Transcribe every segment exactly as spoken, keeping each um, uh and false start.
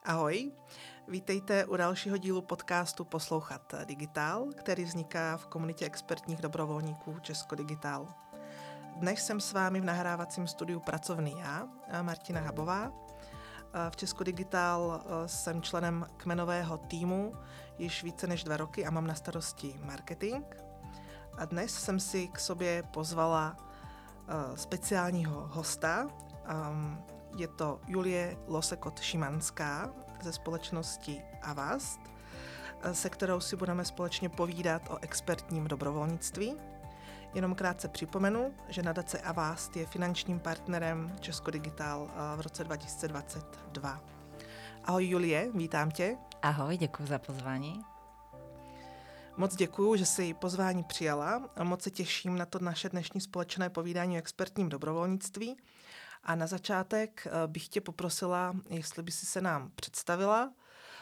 Ahoj, vítejte u dalšího dílu podcastu Poslouchat digitál, který vzniká v komunitě expertních dobrovolníků Česko Digitál. Dnes jsem s vámi v nahrávacím studiu pracovný já, Martina Habová. V Česko Digitál jsem členem kmenového týmu již více než dva roky a mám na starosti marketing. A dnes jsem si k sobě pozvala speciálního hosta. Je to Julie Losekot-Šimanská ze společnosti Avast, se kterou si budeme společně povídat o expertním dobrovolnictví. Jenom krátce připomenu, že nadace Avast je finančním partnerem Česko Digitál v roce dva tisíce dvacet dva. Ahoj Julie, vítám tě. Ahoj, děkuji za pozvání. Moc děkuju, že jsi pozvání přijala a moc se těším na to naše dnešní společné povídání o expertním dobrovolnictví. A na začátek bych tě poprosila, jestli by si se nám představila,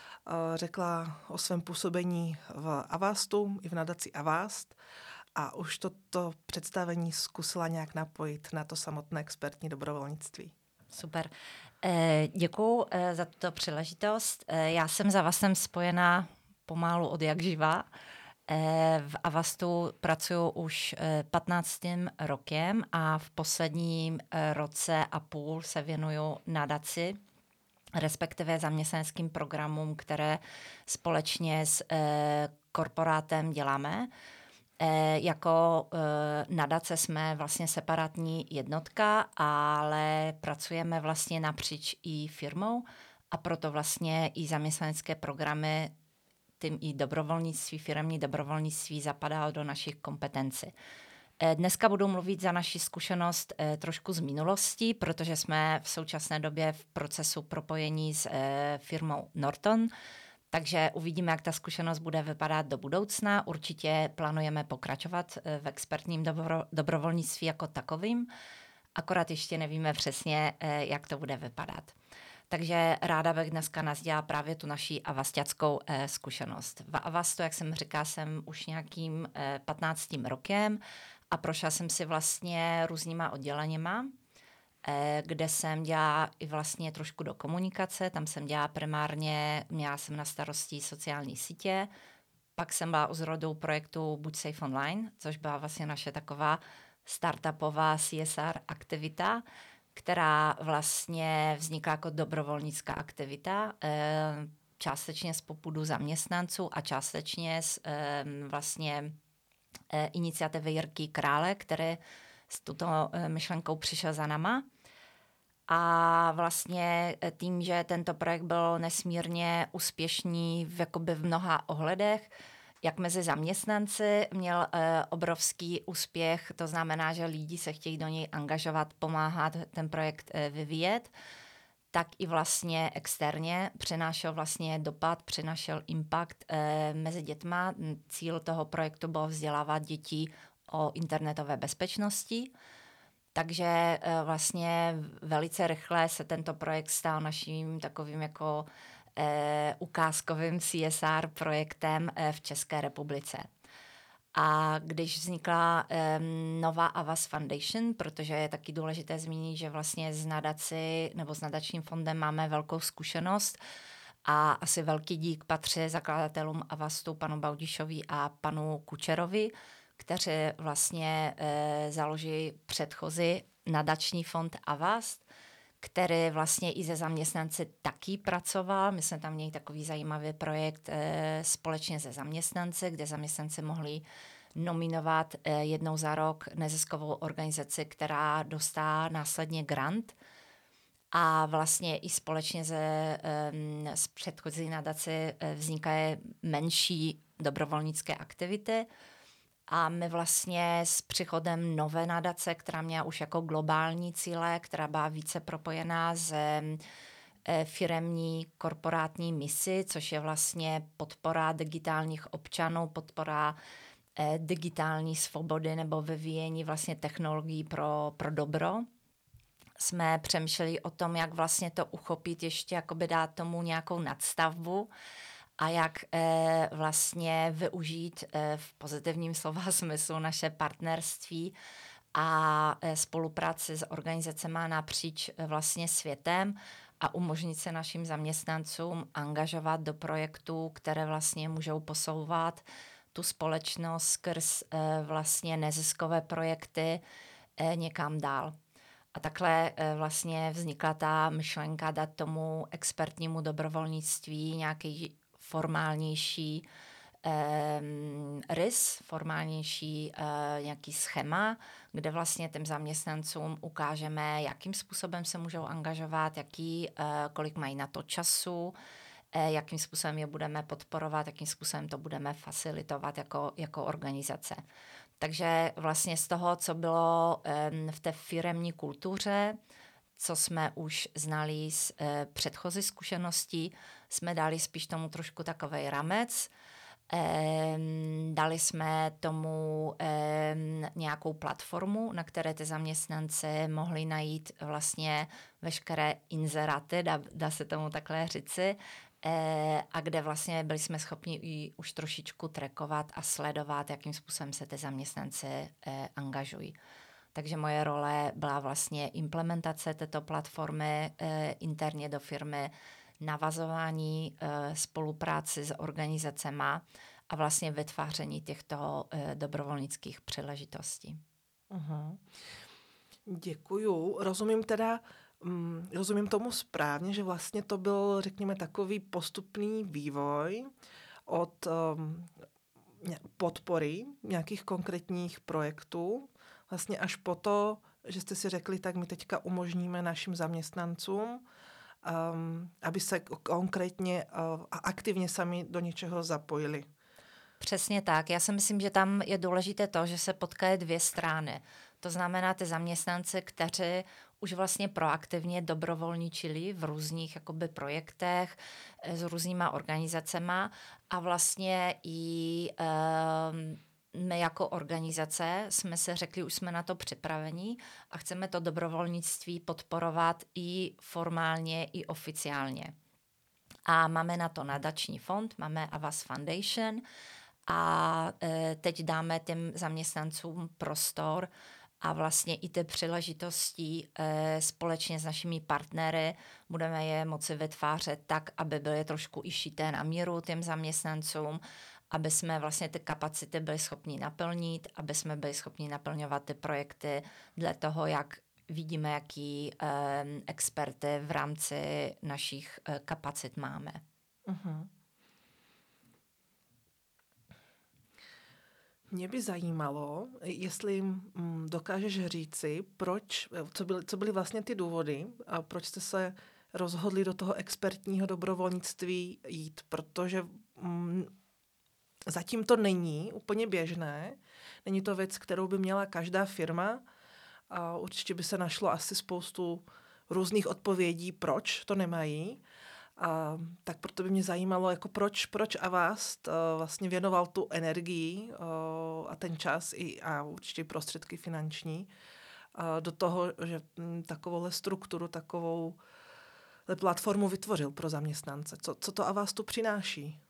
řekla o svém působení v Avastu i v nadaci Avast a už toto představení zkusila nějak napojit na to samotné expertní dobrovolnictví. Super. Děkuji za tuto příležitost. Já jsem s Avastem spojená pomalu od jak živa. V Avastu pracuji už patnáctým rokem a v posledním roce a půl se věnuju nadaci, respektive zaměstnaneckým programům, které společně s korporátem děláme. Jako nadace jsme vlastně separátní jednotka, ale pracujeme vlastně napříč i firmou a proto vlastně i zaměstnanecké programy, tím i dobrovolnictví, firemní dobrovolnictví zapadá do našich kompetencí. Dneska budu mluvit za naši zkušenost trošku z minulosti, protože jsme v současné době v procesu propojení s firmou Norton, takže uvidíme, jak ta zkušenost bude vypadat do budoucna. Určitě plánujeme pokračovat v expertním dobro, dobrovolnictví jako takovým, akorát ještě nevíme přesně, jak to bude vypadat. Takže ráda bych dneska nazdělala právě tu naši avasťackou eh, zkušenost. V Avastu, jak jsem říkala, jsem už nějakým eh, patnáctým rokem a prošla jsem si vlastně různýma odděleníma, eh, kde jsem dělala i vlastně trošku do komunikace, tam jsem dělala primárně, měla jsem na starosti sociální sítě, pak jsem byla u zrodu projektu Buď Safe Online, což byla vlastně naše taková startupová C S R aktivita, která vlastně vznikla jako dobrovolnická aktivita, částečně z popudu zaměstnanců a částečně z vlastně iniciativy Jirky Krále, který s tuto myšlenkou přišel za náma. A vlastně tím, že tento projekt byl nesmírně úspěšný v, jakoby v mnoha ohledech, jak mezi zaměstnanci měl e, obrovský úspěch, to znamená, že lidi se chtějí do něj angažovat, pomáhat ten projekt e, vyvíjet, tak i vlastně externě přinášel vlastně dopad, přinášel impact e, mezi dětma. Cíl toho projektu bylo vzdělávat děti o internetové bezpečnosti. Takže e, vlastně velice rychle se tento projekt stal naším takovým jako Uh, ukázkovým C S R projektem uh, v České republice. A když vznikla um, nová Avast Foundation, protože je taky důležité zmínit, že vlastně z nadaci nebo s nadačním fondem máme velkou zkušenost a asi velký dík patří zakladatelům Avastu, panu Baudišovi a panu Kučerovi, kteří vlastně uh, založili předchozí nadační fond Avast, který vlastně i ze zaměstnanci taky pracoval. My jsme tam měli takový zajímavý projekt e, společně se zaměstnanci, kde zaměstnanci mohli nominovat e, jednou za rok neziskovou organizaci, která dostá následně grant. A vlastně i společně se, e, s předchozí nadaci e, vznikají menší dobrovolnické aktivity. A my vlastně s příchodem nové nadace, která měla už jako globální cíle, která byla více propojená s firemní korporátní misi, což je vlastně podpora digitálních občanů, podpora digitální svobody nebo vyvíjení vlastně technologií pro, pro dobro. Jsme přemýšleli o tom, jak vlastně to uchopit, ještě jakoby dát tomu nějakou nadstavbu, a jak eh, vlastně využít eh, v pozitivním slova smyslu naše partnerství a eh, spolupráci s organizacemi napříč eh, vlastně světem a umožnit se našim zaměstnancům angažovat do projektů, které vlastně můžou posouvat tu společnost skrz eh, vlastně neziskové projekty eh, někam dál. A takhle eh, vlastně vznikla ta myšlenka dát tomu expertnímu dobrovolnictví nějaký formálnější eh, rys, formálnější eh, nějaký schéma, kde vlastně těm zaměstnancům ukážeme, jakým způsobem se můžou angažovat, jaký, eh, kolik mají na to času, eh, jakým způsobem je budeme podporovat, jakým způsobem to budeme facilitovat jako, jako organizace. Takže vlastně z toho, co bylo um, v té firemní kultuře, co jsme už znali z uh, předchozí zkušeností, jsme dali spíš tomu trošku takovej ramec. Um, dali jsme tomu um, nějakou platformu, na které ty zaměstnanci mohli najít vlastně veškeré inzeráty, dá, dá se tomu takhle říci, Eh, a kde vlastně byli jsme schopni i už trošičku trackovat a sledovat, jakým způsobem se ty zaměstnanci eh, angažují. Takže moje role byla vlastně implementace této platformy eh, interně do firmy, navazování eh, spolupráci s organizacema a vlastně vytváření těchto eh, dobrovolnických příležitostí. Uh-huh. Děkuju. Rozumím teda, um, rozumím tomu správně, že vlastně to byl, řekněme, takový postupný vývoj od um, podpory nějakých konkrétních projektů, vlastně až po to, že jste si řekli, tak my teďka umožníme našim zaměstnancům, um, aby se konkrétně uh, a aktivně sami do něčeho zapojili. Přesně tak. Já si myslím, že tam je důležité to, že se potkají dvě strany. To znamená ty zaměstnanci, kteří už vlastně proaktivně dobrovolničili v různých jakoby projektech s různýma organizacema a vlastně i um, my jako organizace jsme se řekli, už jsme na to připraveni a chceme to dobrovolnictví podporovat i formálně, i oficiálně. A máme na to nadační fond, máme Avast Foundation a e, teď dáme těm zaměstnancům prostor a vlastně i ty příležitosti e, společně s našimi partnery budeme je moci vytvářet tak, aby byly trošku i šité na míru těm zaměstnancům, aby jsme vlastně ty kapacity byli schopni naplnit, aby jsme byli schopni naplňovat ty projekty dle toho, jak vidíme, jaký e, experty v rámci našich e, kapacit máme. Uh-huh. Mě by zajímalo, jestli mm, dokážeš říci, proč, co byly, co byly vlastně ty důvody a proč jste se rozhodli do toho expertního dobrovolnictví jít, protože mm, zatím to není úplně běžné, není to věc, kterou by měla každá firma a určitě by se našlo asi spoustu různých odpovědí, proč to nemají. A tak proto by mě zajímalo, jako proč, proč Avast uh, vlastně věnoval tu energii uh, a ten čas i, a určitě prostředky finanční uh, do toho, že m, takovouhle strukturu, takovou platformu vytvořil pro zaměstnance. Co, co to Avastu přináší?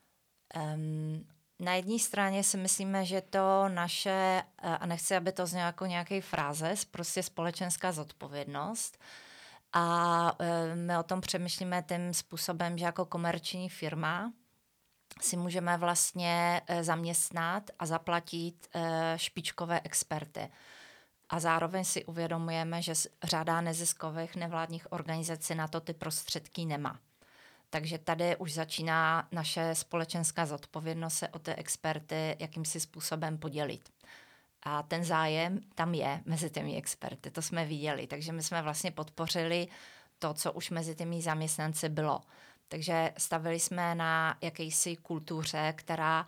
Um, na jedné straně si myslíme, že to naše, a nechci, aby to znělo jako nějaký frázes, prostě společenská zodpovědnost. A e, my o tom přemýšlíme tím způsobem, že jako komerční firma si můžeme vlastně e, zaměstnat a zaplatit e, špičkové experty. A zároveň si uvědomujeme, že řada neziskových nevládních organizací na to ty prostředky nemá. Takže tady už začíná naše společenská zodpovědnost se o ty experty jakýmsi způsobem podělit. A ten zájem tam je mezi těmi experty, to jsme viděli. Takže my jsme vlastně podpořili to, co už mezi těmi zaměstnanci bylo. Takže stavili jsme na jakýsi kultuře, která,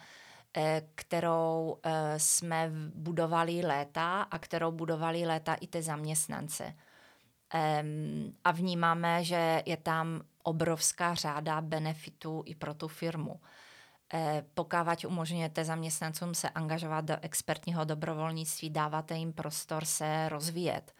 kterou jsme budovali léta a kterou budovali léta i ty zaměstnanci. A vnímáme, že je tam obrovská řada benefitů i pro tu firmu. Pokud umožňujete zaměstnancům se angažovat do expertního dobrovolnictví, dáváte jim prostor se rozvíjet.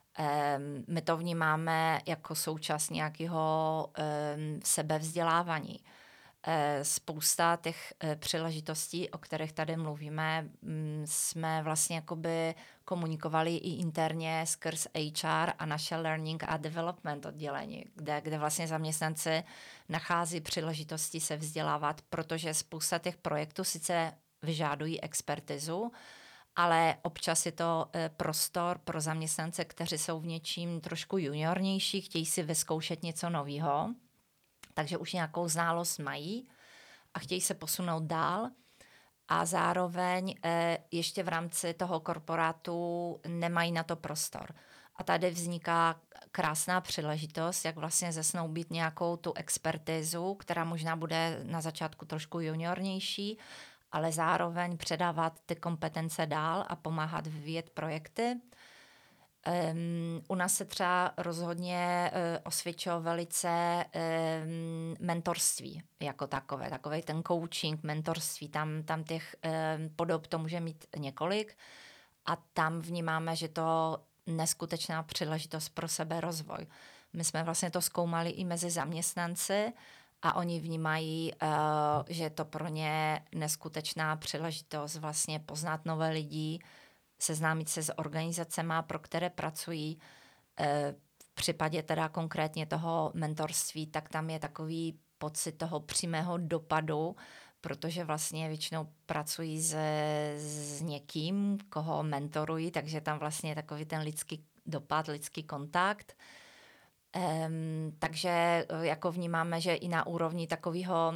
My to vnímáme jako součást nějakého sebevzdělávání. Spousta těch příležitostí, o kterých tady mluvíme, jsme vlastně jakoby komunikovali i interně skrz H R a naše Learning a Development oddělení, kde, kde vlastně zaměstnanci nachází příležitosti se vzdělávat, protože spousta těch projektů sice vyžadují expertizu, ale občas je to prostor pro zaměstnance, kteří jsou v něčím trošku juniornější, chtějí si vyzkoušet něco nového, takže už nějakou znalost mají a chtějí se posunout dál a zároveň e, ještě v rámci toho korporátu nemají na to prostor. A tady vzniká krásná příležitost, jak vlastně zasnoubit nějakou tu expertizu, která možná bude na začátku trošku juniornější, ale zároveň předávat ty kompetence dál a pomáhat vyvíjet projekty. Um, u nás se třeba rozhodně uh, osvědčilo velice um, mentorství jako takové, takový ten coaching, mentorství, tam, tam těch um, podob to může mít několik a tam vnímáme, že to neskutečná příležitost pro sebe rozvoj. My jsme vlastně to zkoumali i mezi zaměstnanci a oni vnímají, uh, že je to pro ně neskutečná příležitost vlastně poznat nové lidi, seznámit se s organizacemi, pro které pracují. V případě teda konkrétně toho mentorství, tak tam je takový pocit toho přímého dopadu, protože vlastně většinou pracují s, s někým, koho mentorují, takže tam vlastně je takový ten lidský dopad, lidský kontakt. Um, takže jako vnímáme, že i na úrovni takového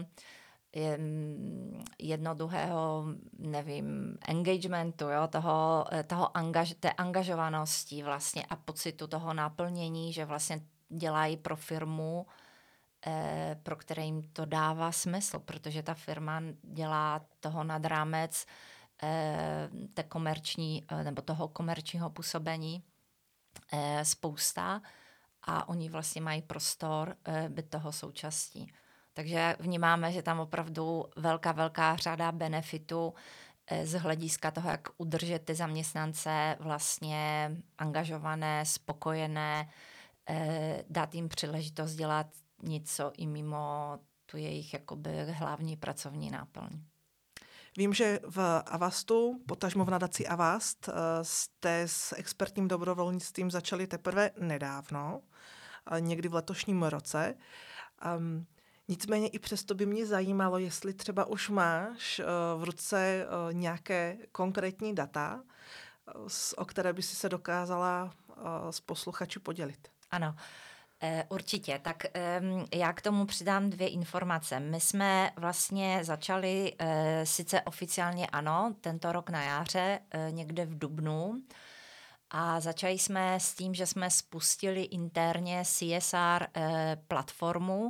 jednoduchého, nevím, engagementu, jo, toho, toho angaž, té angažovanosti vlastně a pocitu toho naplnění, že vlastně dělají pro firmu, eh, pro které jim to dává smysl, protože ta firma dělá toho nad rámec eh, té komerční, eh, nebo toho komerčního působení eh, spousta a oni vlastně mají prostor eh, být toho součástí. Takže vnímáme, že tam opravdu velká, velká řada benefitů z hlediska toho, jak udržet ty zaměstnance vlastně angažované, spokojené, dát jim příležitost dělat něco i mimo tu jejich jakoby hlavní pracovní náplň. Vím, že v Avastu, potažmo v nadaci Avast, jste s expertním dobrovolnictvím začali teprve nedávno, někdy v letošním roce. Um, Nicméně i přesto by mě zajímalo, jestli třeba už máš uh, v ruce uh, nějaké konkrétní data, uh, o které by si se dokázala uh, s posluchači podělit. Ano, e, určitě. Tak e, já k tomu přidám dvě informace. My jsme vlastně začali, e, sice oficiálně ano, tento rok na jaře, e, někde v dubnu, a začali jsme s tím, že jsme spustili interně C S R e, platformu,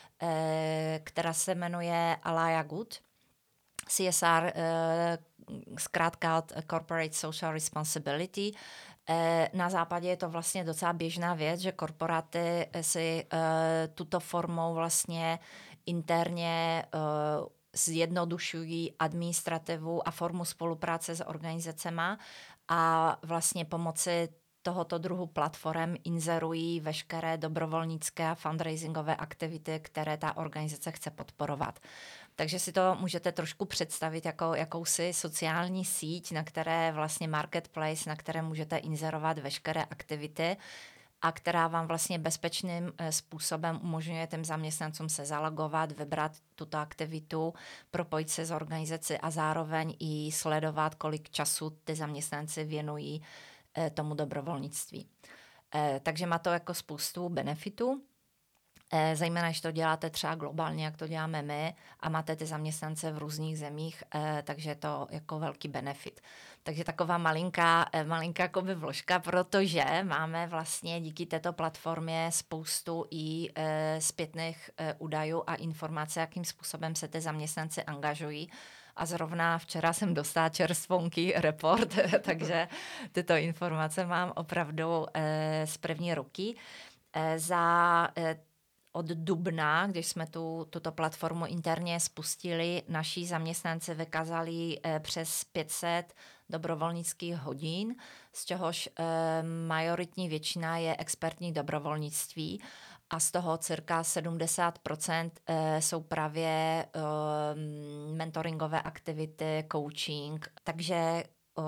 která se jmenuje Alaya Good. C S R, zkrátka Corporate Social Responsibility. Na západě je to vlastně docela běžná věc, že korporáty si tuto formou vlastně interně zjednodušují administrativu a formu spolupráce s organizacemi a vlastně pomocí tohoto druhu platform inzerují veškeré dobrovolnické a fundraisingové aktivity, které ta organizace chce podporovat. Takže si to můžete trošku představit jako jakousi sociální síť, na které vlastně marketplace, na které můžete inzerovat veškeré aktivity a která vám vlastně bezpečným způsobem umožňuje těm zaměstnancům se zalogovat, vybrat tuto aktivitu, propojit se s organizací a zároveň i sledovat, kolik času ty zaměstnanci věnují tomu dobrovolnictví. E, takže má to jako spoustu benefitů, e, zejména, když to děláte třeba globálně, jak to děláme my a máte ty zaměstnance v různých zemích, e, takže je to jako velký benefit. Takže taková malinká, e, malinká jakoby vložka, protože máme vlastně díky této platformě spoustu i e, zpětných e, údajů a informací, jakým způsobem se ty zaměstnanci angažují. A zrovna včera jsem dostala čerstvounký report, takže tyto informace mám opravdu e, z první ruky. E, za e, od dubna, když jsme tu, tuto platformu interně spustili, naši zaměstnanci vykázali eh, přes pět set dobrovolnických hodin, z čehož eh, majoritní většina je expertní dobrovolnictví a z toho cirka sedmdesát procent eh, jsou právě eh, mentoringové aktivity, coaching. Takže eh,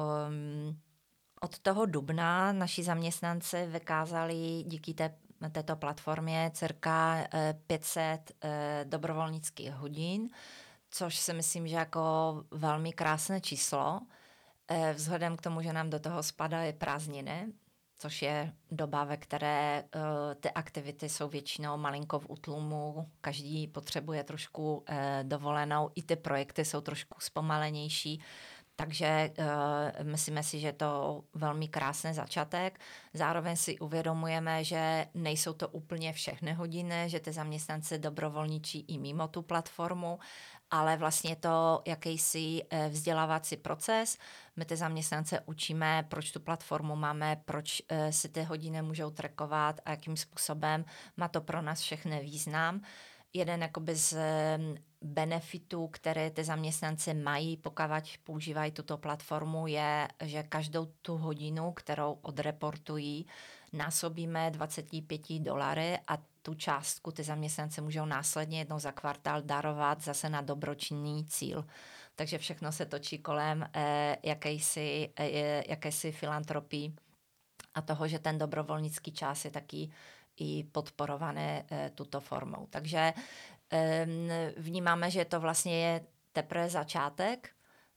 od toho dubna naši zaměstnanci vykázali díky té této platformě cirka pět set dobrovolnických hodin, což si myslím, že jako velmi krásné číslo, vzhledem k tomu, že nám do toho spadají prázdniny, což je doba, ve které ty aktivity jsou většinou malinko v útlumu, každý potřebuje trošku dovolenou, i ty projekty jsou trošku zpomalenější. Takže uh, myslíme si, že je to velmi krásný začátek. Zároveň si uvědomujeme, že nejsou to úplně všechny hodiny, že ty zaměstnanci dobrovolničí i mimo tu platformu, ale vlastně je to jakýsi vzdělávací proces. My ty zaměstnance učíme, proč tu platformu máme, proč uh, si ty hodiny můžou trackovat a jakým způsobem má to pro nás všechny význam. Jeden jakoby z benefitů, které ty zaměstnanci mají, pokud používají tuto platformu, je, že každou tu hodinu, kterou odreportují, násobíme dvacet pět dolary a tu částku ty zaměstnanci můžou následně jednou za kvartál darovat zase na dobročinný cíl. Takže všechno se točí kolem eh, jakýsi, eh, jakýsi filantropii a toho, že ten dobrovolnický čas je taky i podporované e, tuto formou. Takže e, vnímáme, že to vlastně je teprve začátek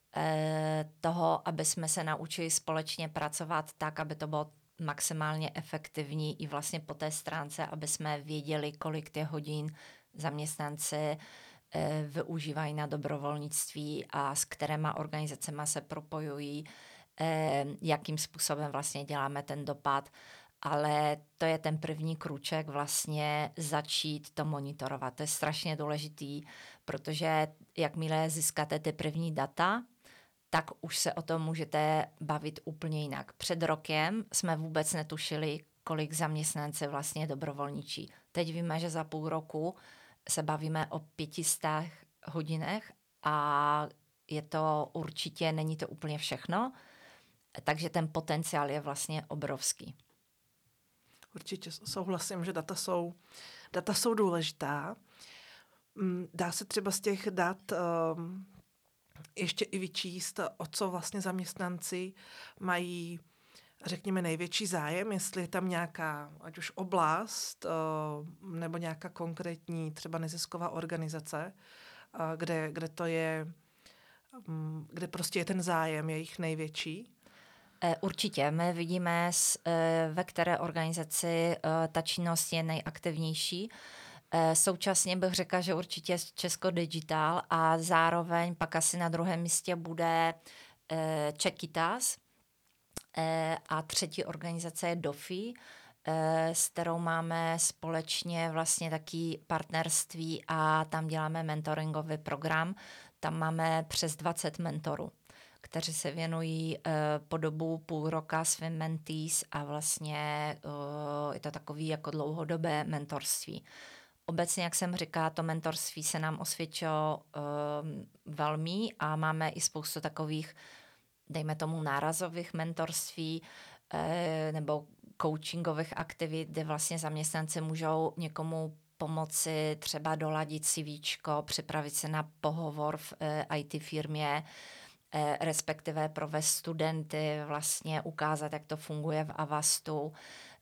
e, toho, aby jsme se naučili společně pracovat tak, aby to bylo maximálně efektivní i vlastně po té stránce, aby jsme věděli, kolik těch hodin zaměstnanci e, využívají na dobrovolnictví a s kterýma organizacemi se propojují, e, jakým způsobem vlastně děláme ten dopad. Ale to je ten první krůček vlastně začít to monitorovat. To je strašně důležitý, protože jakmile získáte ty první data, tak už se o tom můžete bavit úplně jinak. Před rokem jsme vůbec netušili, kolik zaměstnanci vlastně dobrovolničí. Teď víme, že za půl roku se bavíme o pětistách hodinách a je to určitě, není to úplně všechno, takže ten potenciál je vlastně obrovský. Určitě souhlasím, že data jsou, data jsou důležitá. Dá se třeba z těch dat um, ještě i vyčíst, o co vlastně zaměstnanci mají, řekněme, největší zájem, jestli je tam nějaká, ať už oblast, uh, nebo nějaká konkrétní třeba nezisková organizace, uh, kde, kde to je, um, kde prostě je ten zájem jejich největší. Určitě. My vidíme, ve které organizaci ta činnost je nejaktivnější. Současně bych řekla, že určitě Česko Digital a zároveň pak asi na druhém místě bude Čekitas a třetí organizace je Dofi, s kterou máme společně vlastně taky partnerství a tam děláme mentoringový program. Tam máme přes dvacet mentorů, kteří se věnují uh, po dobu půl roka svým mentees a vlastně uh, je to takový jako dlouhodobé mentorství. Obecně, jak jsem říkala, to mentorství se nám osvědčilo uh, velmi a máme i spoustu takových, dejme tomu, nárazových mentorství uh, nebo coachingových aktivit, kde vlastně zaměstnanci můžou někomu pomoci třeba doladit CVčko, připravit se na pohovor v uh, í té firmě, respektive provést studenty, vlastně ukázat, jak to funguje v Avastu.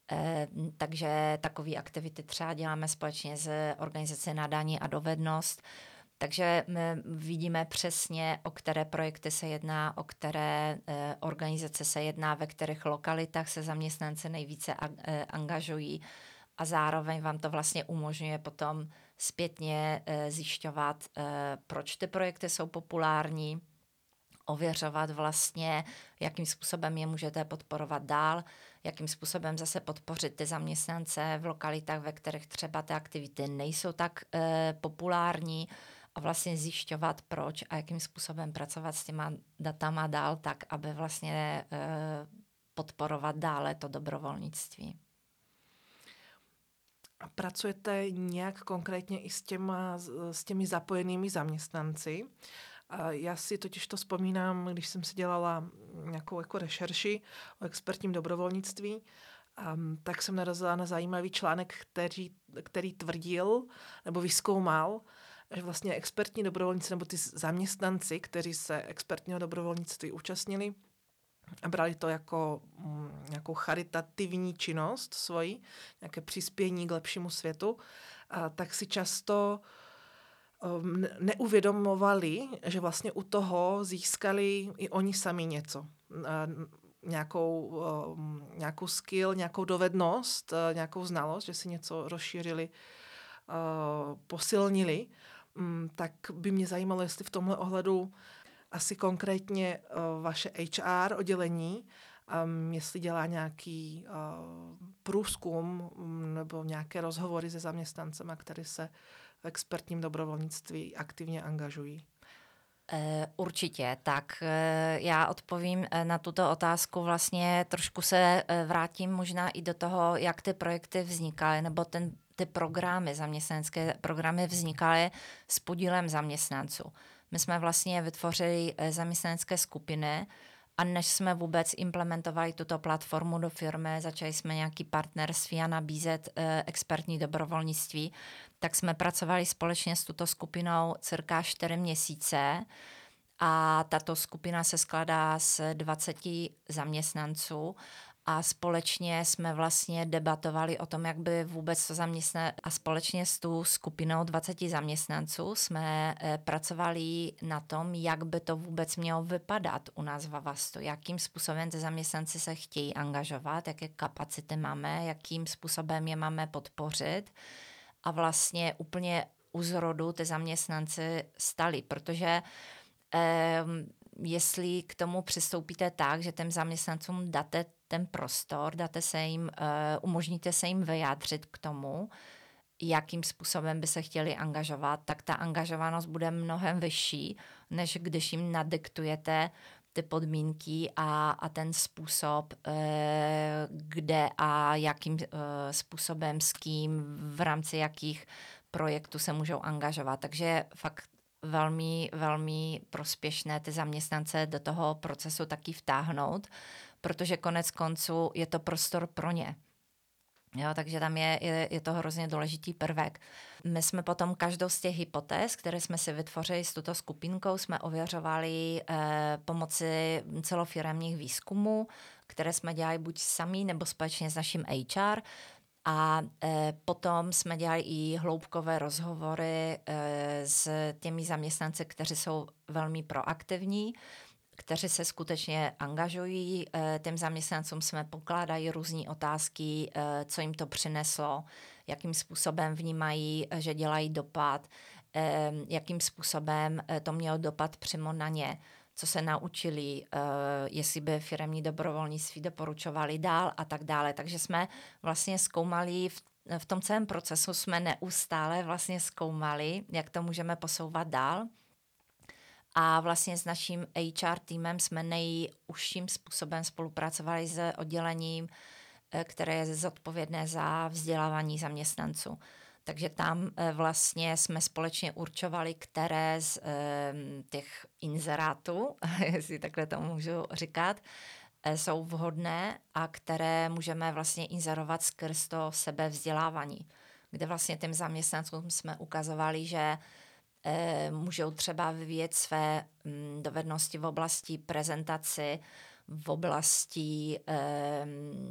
Takže takové aktivity třeba děláme společně s organizací Nadání a dovednost. Takže my vidíme přesně, o které projekty se jedná, o které organizace se jedná, ve kterých lokalitách se zaměstnanci nejvíce angažují a zároveň vám to vlastně umožňuje potom zpětně zjišťovat, proč ty projekty jsou populární, ověřovat vlastně, jakým způsobem je můžete podporovat dál, jakým způsobem zase podpořit ty zaměstnance v lokalitách, ve kterých třeba ty aktivity nejsou tak e, populární a vlastně zjišťovat proč a jakým způsobem pracovat s těma datama dál tak, aby vlastně e, podporovat dále to dobrovolnictví. pracujete nějak konkrétně i s, těma, s těmi zapojenými zaměstnanci. Já si totiž to vzpomínám, když jsem si dělala nějakou jako rešerši o expertním dobrovolnictví, um, tak jsem narazila na zajímavý článek, který, který tvrdil nebo vyzkoumal, že vlastně expertní dobrovolníci nebo ty zaměstnanci, kteří se expertního dobrovolnictví účastnili a brali to jako mm, nějakou charitativní činnost svoji, nějaké přispění k lepšímu světu, a tak si často um, neuvědomovali, že vlastně u toho získali i oni sami něco. A nějakou, um, nějakou skill, nějakou dovednost, uh, nějakou znalost, že si něco rozšířili, uh, posilnili. Um, tak by mě zajímalo, jestli v tomhle ohledu asi konkrétně uh, vaše há er oddělení, um, jestli dělá nějaký uh, průzkum um, nebo nějaké rozhovory se zaměstnancema, který se v expertním dobrovolnictví aktivně angažují. Určitě, tak já odpovím na tuto otázku. Vlastně trošku se vrátím možná i do toho, jak ty projekty vznikaly, nebo ten, ty programy, zaměstnanecké programy vznikaly s podílem zaměstnanců. My jsme vlastně vytvořili zaměstnanecké skupiny a než jsme vůbec implementovali tuto platformu do firmy, začali jsme nějaký partnerství a nabízet eh, expertní dobrovolnictví, tak jsme pracovali společně s tuto skupinou cirka čtyři měsíce a tato skupina se skládá z dvaceti zaměstnanců a společně jsme vlastně debatovali o tom, jak by vůbec to zaměstnat a společně s tou skupinou dvaceti zaměstnanců jsme eh, pracovali na tom, jak by to vůbec mělo vypadat u nás v Avastu, jakým způsobem ty zaměstnanci se chtějí angažovat, jaké kapacity máme, jakým způsobem je máme podpořit a vlastně úplně u zrodu ty zaměstnanci stali, protože eh, jestli k tomu přistoupíte tak, že těm zaměstnancům dáte ten prostor, dáte se jim, uh, umožníte se jim vyjádřit k tomu, jakým způsobem by se chtěli angažovat, tak ta angažovanost bude mnohem vyšší, než když jim nadiktujete ty podmínky a, a ten způsob, uh, kde a jakým uh, způsobem, s kým, v rámci jakých projektů se můžou angažovat. Takže fakt velmi, velmi prospěšné ty zaměstnance do toho procesu taky vtáhnout, protože konec konců je to prostor pro ně. Jo, takže tam je, je, je to hrozně důležitý prvek. My jsme potom každou z těch hypotéz, které jsme si vytvořili s tuto skupinkou, jsme ověřovali eh, pomocí celofiremních výzkumů, které jsme dělali buď sami nebo společně s naším há er. A e, potom jsme dělali i hloubkové rozhovory e, s těmi zaměstnanci, kteří jsou velmi proaktivní, kteří se skutečně angažují. E, těm zaměstnancům jsme pokládají různé otázky, e, co jim to přineslo, jakým způsobem vnímají, že dělají dopad, e, jakým způsobem to mělo dopad přímo na ně, co se naučili, uh, jestli by firemní dobrovolnictví doporučovali dál a tak dále. Takže jsme vlastně zkoumali, v, v tom celém procesu jsme neustále vlastně zkoumali, jak to můžeme posouvat dál. A vlastně s naším há er týmem jsme nejužším způsobem spolupracovali s oddělením, které je zodpovědné za vzdělávání zaměstnanců. Takže tam vlastně jsme společně určovali, které z e, těch inzerátů, jestli takhle to můžu říkat, e, jsou vhodné a které můžeme vlastně inzerovat skrz to sebevzdělávání, kde vlastně těm zaměstnancům jsme ukazovali, že e, můžou třeba vyvíjet své m, dovednosti v oblasti prezentaci, v oblasti e,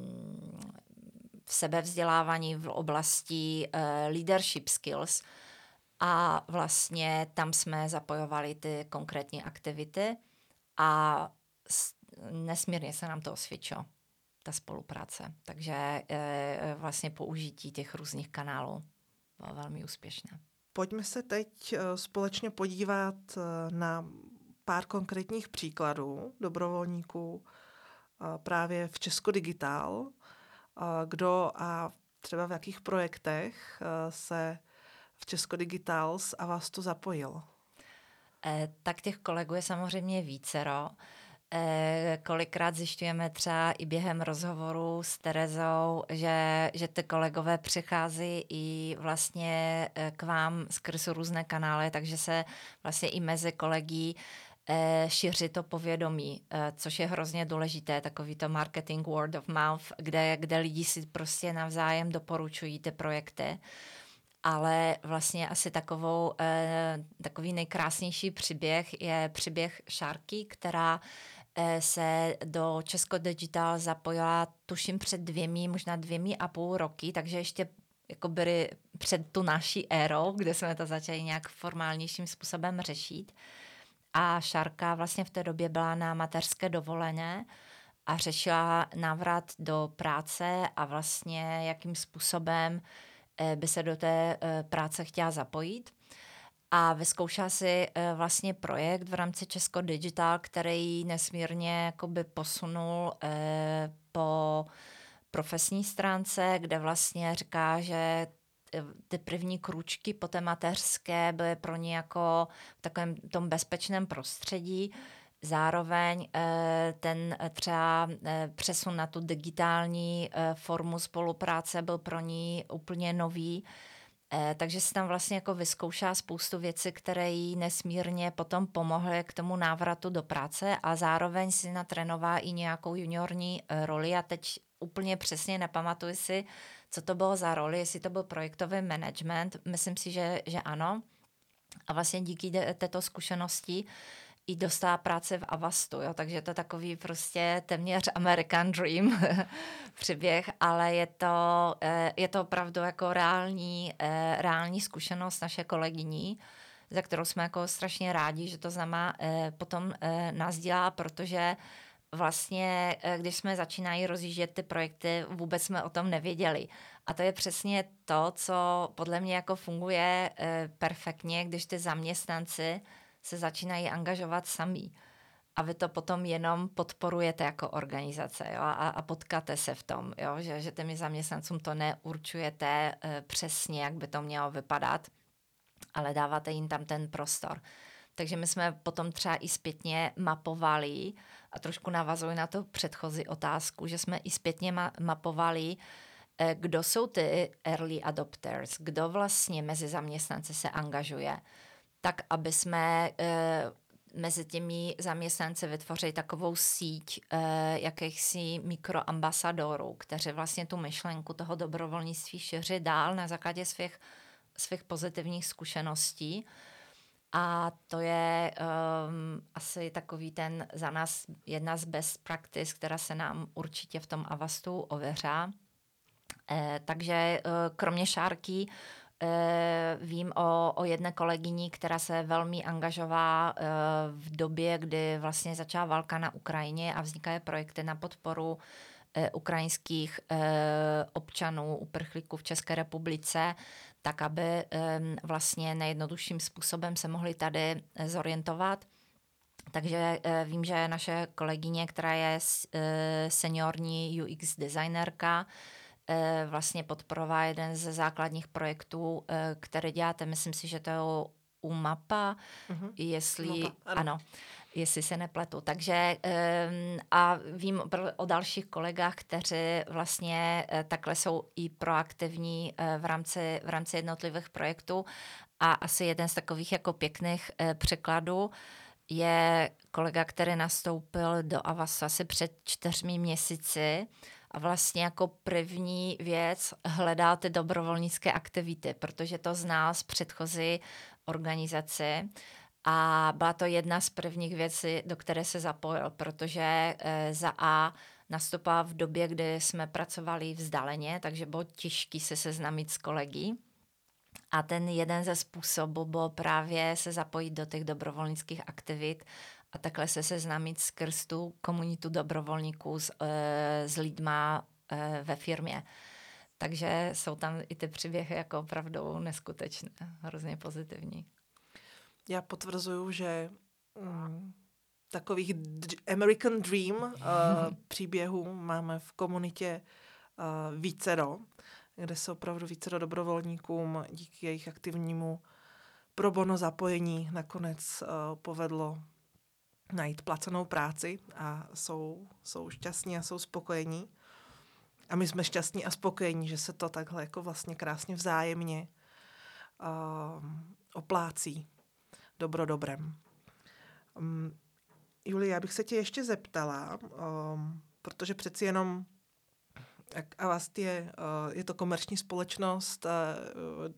v sebevzdělávání v oblasti uh, leadership skills a vlastně tam jsme zapojovali ty konkrétní aktivity a s, nesmírně se nám to osvědčilo, ta spolupráce. Takže uh, vlastně použití těch různých kanálů bylo velmi úspěšné. Pojďme se teď uh, společně podívat uh, na pár konkrétních příkladů dobrovolníků uh, právě v Česko Digitál. Kdo a třeba v jakých projektech se v Česko Digitál z Avastu zapojil? E, tak těch kolegů je samozřejmě vícero. Eh, kolikrát zjišťujeme třeba i během rozhovoru s Terezou, že, že ty kolegové přichází i vlastně eh, k vám skrz různé kanály, takže se vlastně i mezi kolegy eh, šíří to povědomí, eh, což je hrozně důležité, takový to marketing word of mouth, kde, kde lidi si prostě navzájem doporučují ty projekty. Ale vlastně asi takovou, eh, takový nejkrásnější příběh je příběh Šárky, která eh, se do Česko Digital zapojila tuším před dvěmi, možná dvěmi a půl roky, takže ještě jako byly před tu naší érou, kde jsme to začali nějak formálnějším způsobem řešit. A Šárka vlastně v té době byla na mateřské dovolené a řešila návrat do práce a vlastně jakým způsobem by se do té práce chtěla zapojit. A vyzkoušela si vlastně projekt v rámci Česko Digital, který nesmírně jakoby posunul po profesní stránce, kde vlastně říká, že ty první krůčky po té mateřské byly pro ně jako v takovém tom bezpečném prostředí. Zároveň ten třeba přesun na tu digitální formu spolupráce byl pro ní úplně nový. Takže si tam vlastně jako vyzkoušela spoustu věcí, které jí nesmírně potom pomohly k tomu návratu do práce a zároveň si natrénovala i nějakou juniorní roli a teď úplně přesně nepamatuji si, co to bylo za roli, jestli to byl projektový management, myslím si, že, že ano. A vlastně díky této zkušenosti i dostala práce v Avastu, jo? Takže to je takový prostě téměř American Dream příběh, ale je to, je to opravdu jako reální, reální zkušenost naše kolegyní, za kterou jsme jako strašně rádi, že to znamená potom nás dělá, protože vlastně, když jsme začínají rozjíždět ty projekty, vůbec jsme o tom nevěděli. A to je přesně to, co podle mě jako funguje perfektně, když ty zaměstnanci se začínají angažovat sami. A vy to potom jenom podporujete jako organizace, jo? A, a potkáte se v tom, jo? Že, že těmi zaměstnancům to neurčujete e, přesně, jak by to mělo vypadat, ale dáváte jim tam ten prostor. Takže my jsme potom třeba i zpětně mapovali, a trošku navazuji na tu předchozí otázku, že jsme i zpětně ma- mapovali, e, kdo jsou ty early adopters, kdo vlastně mezi zaměstnanci se angažuje, tak aby jsme e, mezi těmi zaměstnanci vytvořili takovou síť e, jakýchsi mikroambasadorů, kteří vlastně tu myšlenku toho dobrovolnictví šíří dál na základě svých, svých pozitivních zkušeností. A to je um, asi takový ten za nás jedna z best practice, která se nám určitě v tom Avastu ověřá. E, takže e, kromě Šárky vím o, o jedné kolegyni, která se velmi angažovala v době, kdy vlastně začala válka na Ukrajině a vznikaly projekty na podporu ukrajinských občanů, uprchlíků v České republice, tak aby vlastně nejjednodušším způsobem se mohli tady zorientovat. Takže vím, že naše kolegyně, která je seniorní U X designerka, vlastně podporovala jeden ze základních projektů, které děláte. Myslím si, že to je u Mapa, uh-huh. jestli, Mapa, ano. ano, jestli se nepletu. Takže a vím o dalších kolegách, kteří vlastně takhle jsou i proaktivní v rámci, v rámci jednotlivých projektů. A asi jeden z takových jako pěkných překladů je kolega, který nastoupil do Avastu asi před čtyřmi měsíci, a vlastně jako první věc hledal ty dobrovolnické aktivity, protože to znal z předchozí organizace a byla to jedna z prvních věcí, do které se zapojil, protože e, za A nastoupila v době, kdy jsme pracovali vzdáleně, takže bylo těžké se seznámit s kolegy. A ten jeden ze způsobů byl právě se zapojit do těch dobrovolnických aktivit a takhle se seznámit skrz tu komunitu dobrovolníků s, e, s lidma e, ve firmě. Takže jsou tam i ty příběhy jako opravdu neskutečné, hrozně pozitivní. Já potvrzuju, že mm, takových d- American Dream uh, příběhů máme v komunitě uh, vícero, kde se opravdu vícero dobrovolníkům díky jejich aktivnímu pro bono zapojení nakonec uh, povedlo najít placenou práci a jsou, jsou šťastní a jsou spokojení. A my jsme šťastní a spokojení, že se to takhle jako vlastně krásně vzájemně uh, oplácí dobro dobrem. Um, Julie, já bych se tě ještě zeptala, um, protože přeci jenom Avast je, uh, je to komerční společnost, uh,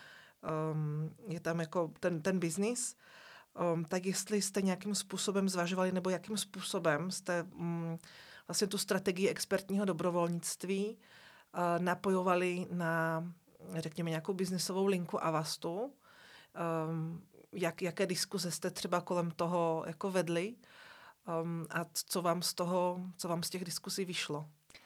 um, je tam jako ten, ten biznis, um, tak jestli jste nějakým způsobem zvažovali, nebo jakým způsobem jste um, vlastně tu strategii expertního dobrovolnictví uh, napojovali na, řekněme, nějakou biznisovou linku Avastu. Um, jak, jaké diskuze jste třeba kolem toho jako vedli um, a co vám z toho, co vám z těch diskuzí vyšlo?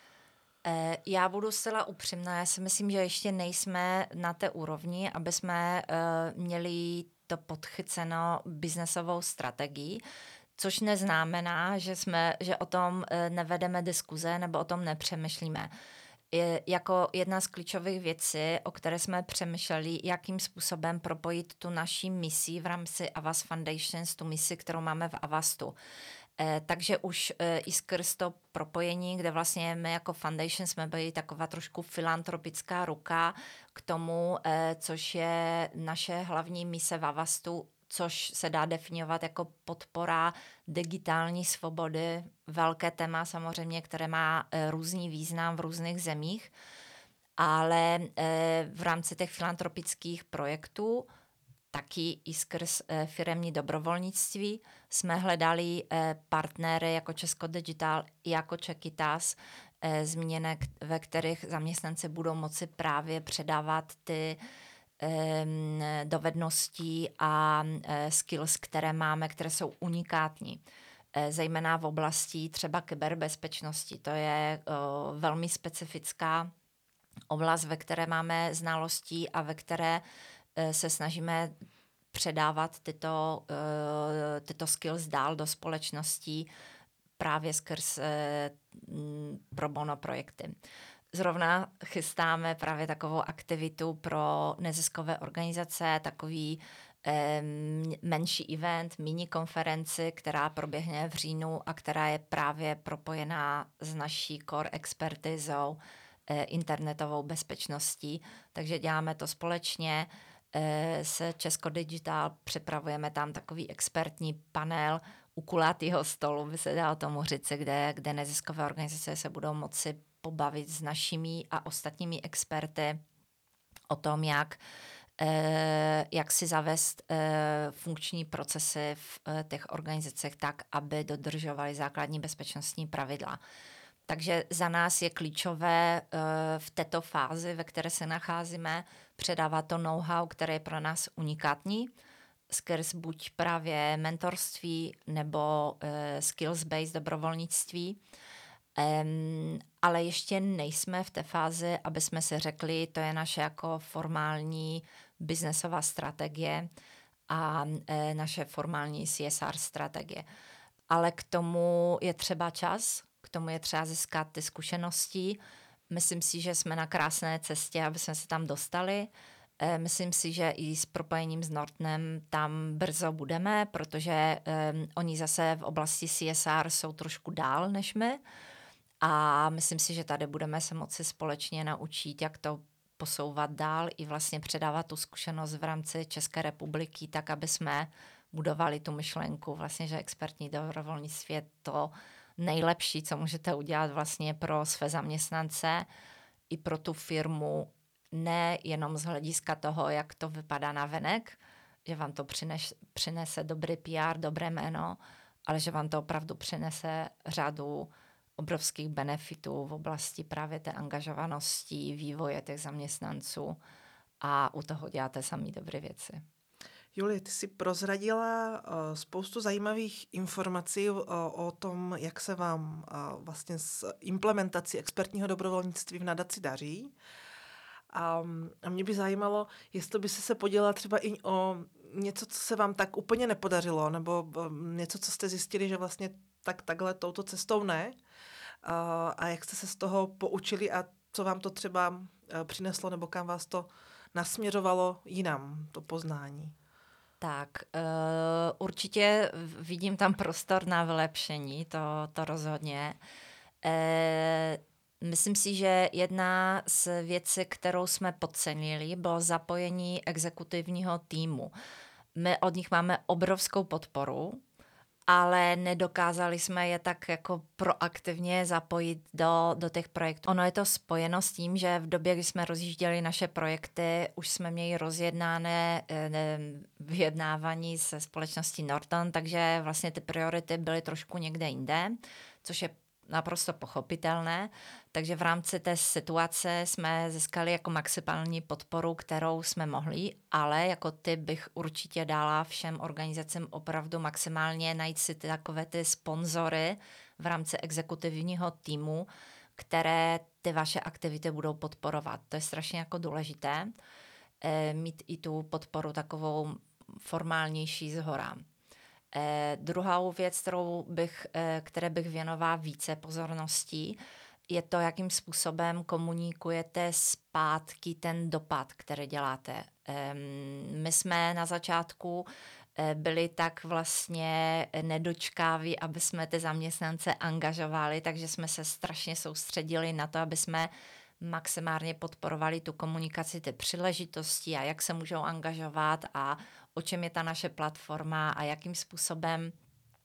Já budu zcela upřímná, já si myslím, že ještě nejsme na té úrovni, aby jsme uh, měli to podchyceno biznesovou strategií, což neznamená, že, jsme, že o tom uh, nevedeme diskuze nebo o tom nepřemýšlíme. Je, jako jedna z klíčových věcí, o které jsme přemýšleli, jakým způsobem propojit tu naší misi v rámci Avast Foundations, tu misi, kterou máme v Avastu. Eh, takže už eh, i skrz to propojení, kde vlastně my jako Foundation jsme byli taková trošku filantropická ruka k tomu, eh, což je naše hlavní mise v Avastu, což se dá definovat jako podpora digitální svobody, velké téma samozřejmě, které má eh, různý význam v různých zemích, ale eh, v rámci těch filantropických projektů taky i skrz e, firemní dobrovolnictví jsme hledali e, partnery jako Česko Digital i jako Čekytas, e, zmíněné, ve kterých zaměstnanci budou moci právě předávat ty e, dovednosti a e, skills, které máme, které jsou unikátní. E, zejména v oblasti třeba kyberbezpečnosti. To je o, velmi specifická oblast, ve které máme znalosti a ve které se snažíme předávat tyto, tyto skills dál do společností právě skrz pro bono projekty. Zrovna chystáme právě takovou aktivitu pro neziskové organizace, takový menší event, mini konferenci, která proběhne v říjnu a která je právě propojená s naší core expertizou internetovou bezpečností. Takže děláme to společně se Česko Digital, připravujeme tam takový expertní panel u kulatého stolu, by se dalo tomu říct, kde, kde neziskové organizace se budou moci pobavit s našimi a ostatními experty o tom, jak, jak si zavést funkční procesy v těch organizacích tak, aby dodržovaly základní bezpečnostní pravidla. Takže za nás je klíčové v této fázi, ve které se nacházíme, předávat to know-how, které je pro nás unikátní, skrz buď právě mentorství nebo skills-based dobrovolnictví. Um, ale ještě nejsme v té fázi, aby jsme si řekli, to je naše jako formální biznesová strategie a e, naše formální C S R strategie. Ale k tomu je třeba čas, k tomu je třeba získat ty zkušenosti. Myslím si, že jsme na krásné cestě, aby jsme se tam dostali. E, myslím si, že i s propojením s Nortnem tam brzo budeme, protože e, oni zase v oblasti C S R jsou trošku dál než my. A myslím si, že tady budeme se moci společně naučit, jak to posouvat dál i vlastně předávat tu zkušenost v rámci České republiky, tak aby jsme budovali tu myšlenku, vlastně, že expertní dobrovolnictví je to nejlepší, co můžete udělat vlastně pro své zaměstnance i pro tu firmu, ne jenom z hlediska toho, jak to vypadá na venek, že vám to přineš, přinese dobrý P R, dobré jméno, ale že vám to opravdu přinese řadu obrovských benefitů v oblasti právě té angažovanosti, vývoje těch zaměstnanců a u toho děláte samý dobré věci. Julie, ty jsi prozradila uh, spoustu zajímavých informací uh, o tom, jak se vám uh, vlastně s implementací expertního dobrovolnictví v nadaci daří. Um, a mě by zajímalo, jestli by se se podělila třeba i o něco, co se vám tak úplně nepodařilo, nebo um, něco, co jste zjistili, že vlastně tak takhle touto cestou ne. Uh, a jak jste se z toho poučili a co vám to třeba uh, přineslo, nebo kam vás to nasměřovalo jinam, to poznání? Tak, uh, určitě vidím tam prostor na vylepšení, to, to rozhodně. Uh, myslím si, že jedna z věcí, kterou jsme podcenili, bylo zapojení exekutivního týmu. My od nich máme obrovskou podporu, ale nedokázali jsme je tak jako proaktivně zapojit do, do těch projektů. Ono je to spojeno s tím, že v době, kdy jsme rozjížděli naše projekty, už jsme měli rozjednané eh, vyjednávání se společností Norton, takže vlastně ty priority byly trošku někde jinde, což je naprosto pochopitelné. Takže v rámci té situace jsme získali jako maximální podporu, kterou jsme mohli, ale jako ty bych určitě dala všem organizacím opravdu maximálně najít si ty takové ty sponzory v rámci exekutivního týmu, které ty vaše aktivity budou podporovat. To je strašně jako důležité, e, mít i tu podporu takovou formálnější zhora. Eh, druhou věc, kterou bych, eh, které bych věnovala více pozorností, je to, jakým způsobem komunikujete zpátky ten dopad, který děláte. Eh, my jsme na začátku eh, byli tak vlastně nedočkáví, aby jsme ty zaměstnance angažovali, takže jsme se strašně soustředili na to, aby jsme maximálně podporovali tu komunikaci, ty příležitosti a jak se můžou angažovat a o čem je ta naše platforma a jakým způsobem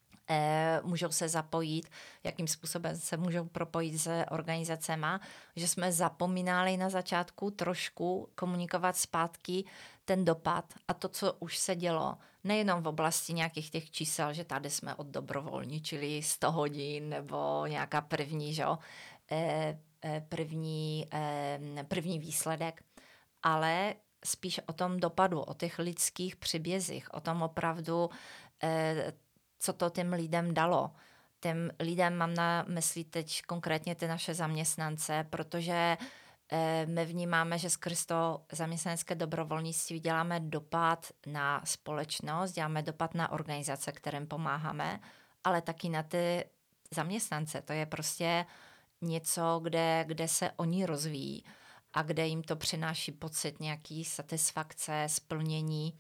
eh, můžou se zapojit, jakým způsobem se můžou propojit s organizacema, že jsme zapomínali na začátku trošku komunikovat zpátky ten dopad a to, co už se dělo. Nejenom v oblasti nějakých těch čísel, že tady jsme oddobrovolničili sto hodin nebo nějaká první, že, eh, první, eh, první výsledek, ale spíš o tom dopadu, o těch lidských příbězích, o tom opravdu, eh, co to těm lidem dalo. Těm lidem mám na mysli teď konkrétně ty naše zaměstnance, protože eh, my vnímáme, že skrz to zaměstnanecké dobrovolnictví děláme dopad na společnost, děláme dopad na organizace, kterým pomáháme, ale taky na ty zaměstnance. To je prostě něco, kde, kde se oni rozvíjí a kde jim to přináší pocit nějaký satisfakce, splnění.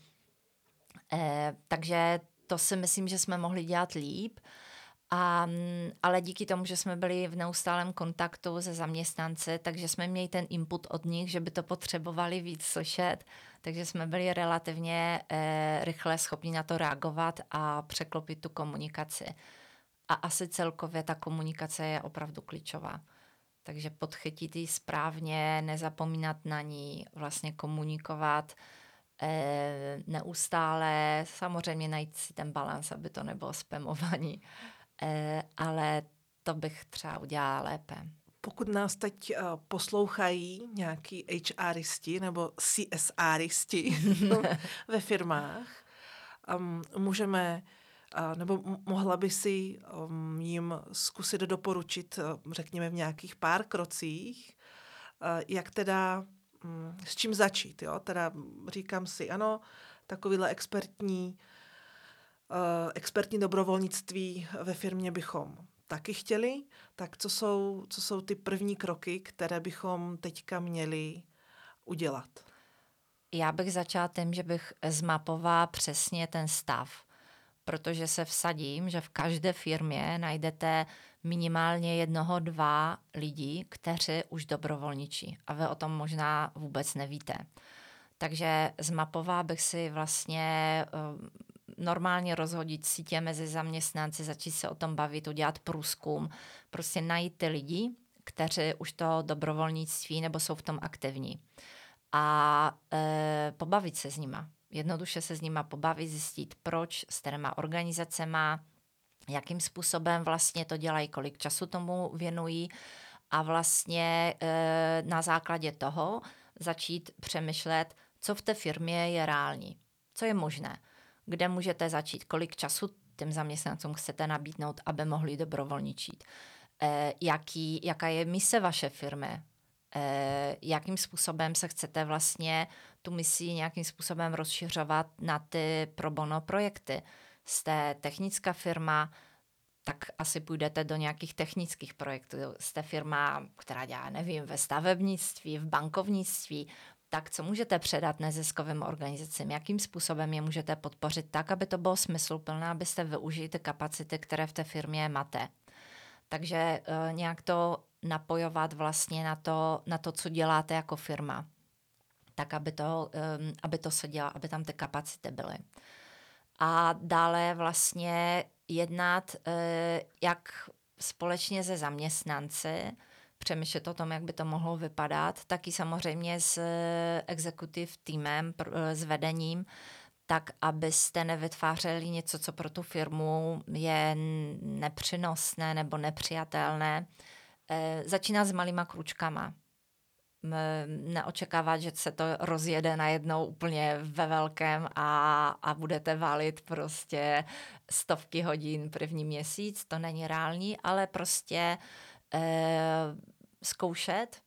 Eh, takže to si myslím, že jsme mohli dělat líp. A, ale díky tomu, že jsme byli v neustálém kontaktu se zaměstnanci, takže jsme měli ten input od nich, že by to potřebovali víc slyšet, takže jsme byli relativně eh, rychle schopni na to reagovat a překlopit tu komunikaci. A asi celkově ta komunikace je opravdu klíčová. Takže podchytit ji správně, nezapomínat na ní, vlastně komunikovat e, neustále, samozřejmě najít si ten balans, aby to nebylo spamování, e, ale to bych třeba udělala lépe. Pokud nás teď uh, poslouchají nějaký HRisti nebo CSRisti ve firmách, um, můžeme nebo mohla by si um, jim zkusit doporučit, řekněme, v nějakých pár krocích, uh, jak teda, um, s čím začít, jo? Teda říkám si, ano, takovýhle expertní, uh, expertní dobrovolnictví ve firmě bychom taky chtěli, tak co jsou, co jsou ty první kroky, které bychom teďka měli udělat? Já bych začala tím, že bych zmapovala přesně ten stav, protože se vsadím, že v každé firmě najdete minimálně jednoho, dva lidi, kteří už dobrovolničí a vy o tom možná vůbec nevíte. Takže zmapovala bych si vlastně uh, normálně rozhodit sítě mezi zaměstnanci, začít se o tom bavit, udělat průzkum, prostě najít ty lidi, kteří už to dobrovolnictví nebo jsou v tom aktivní a uh, pobavit se s nima. Jednoduše se s nima pobavit, zjistit, proč, s kterýma organizacema, jakým způsobem vlastně to dělají, kolik času tomu věnují a vlastně e, na základě toho začít přemýšlet, co v té firmě je reální, co je možné, kde můžete začít, kolik času těm zaměstnancům chcete nabídnout, aby mohli dobrovolničit, e, jaký, jaká je mise vaše firmy, e, jakým způsobem se chcete vlastně tu misi nějakým způsobem rozšiřovat na ty pro bono projekty. Jste technická firma, tak asi půjdete do nějakých technických projektů. Jste firma, která dělá, nevím, ve stavebnictví, v bankovnictví, tak co můžete předat neziskovým organizacím? Jakým způsobem je můžete podpořit tak, aby to bylo smysluplné, abyste využili ty kapacity, které v té firmě máte? Takže uh, nějak to napojovat vlastně na to, na to, co děláte jako firma. Tak, aby to, um, aby to se dělalo, aby tam ty kapacity byly. A dále vlastně jednat, uh, jak společně se zaměstnanci, přemýšlet o tom, jak by to mohlo vypadat, taky samozřejmě s executive týmem, s vedením, tak abyste nevytvářeli něco, co pro tu firmu je nepřinosné nebo nepřijatelné. E, začínat s malýma kručkama. E, neočekávat, že se to rozjede najednou úplně ve velkém a, a budete valit prostě stovky hodin první měsíc. To není reálný, ale prostě e, zkoušet,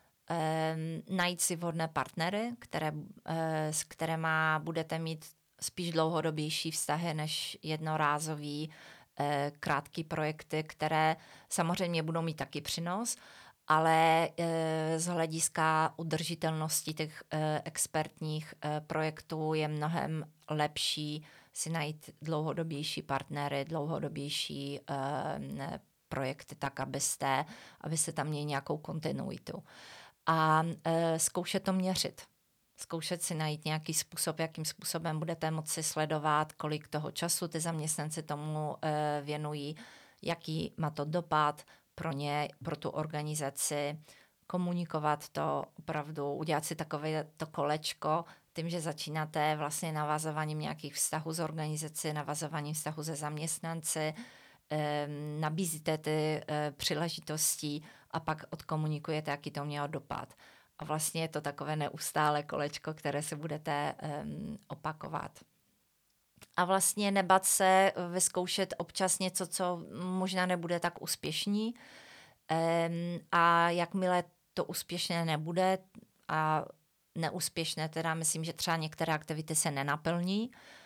e, najít si vhodné partnery, které, e, s kterými budete mít spíš dlouhodobější vztahy než jednorázový e, krátký projekty, které samozřejmě budou mít taky přínos, ale e, z hlediska udržitelnosti těch e, expertních e, projektů je mnohem lepší si najít dlouhodobější partnery, dlouhodobější e, projekty tak, abyste, abyste tam měli nějakou kontinuitu. A e, zkoušet to měřit. Zkoušet si najít nějaký způsob, jakým způsobem budete moci sledovat, kolik toho času ty zaměstnanci tomu e, věnují, jaký má to dopad pro ně, pro tu organizaci, komunikovat to opravdu, udělat si takové to kolečko, tím, že začínáte vlastně navazováním nějakých vztahů s organizací, navazováním vztahů se zaměstnanci, e, nabízíte ty e, příležitosti a pak odkomunikujete, jaký to mělo dopad. A vlastně je to takové neustále kolečko, které si budete um, opakovat. A vlastně nebát se vyzkoušet občas něco, co možná nebude tak úspěšný. Um, a jakmile to úspěšné nebude a neúspěšné, teda myslím, že třeba některé aktivity se nenaplní,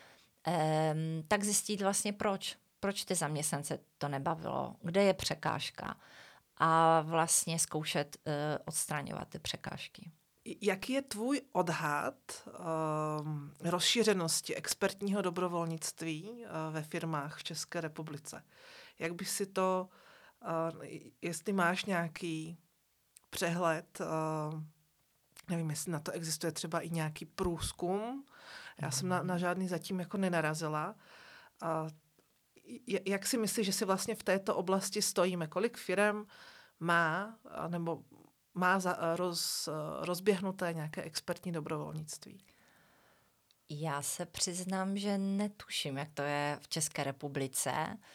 um, tak zjistit vlastně proč. Proč ty zaměstnance to nebavilo, kde je překážka. A vlastně zkoušet uh, odstraňovat ty překážky. Jaký je tvůj odhad um, rozšířenosti expertního dobrovolnictví uh, ve firmách v České republice? Jak by si to, uh, jestli máš nějaký přehled, uh, nevím, jestli na to existuje třeba i nějaký průzkum, já jsem na, na žádný zatím jako nenarazila. Uh, Jak si myslíš, že si vlastně v této oblasti stojíme? Kolik firem má nebo má za, roz, rozběhnuté nějaké expertní dobrovolnictví? Já se přiznám, že netuším, jak to je v České republice.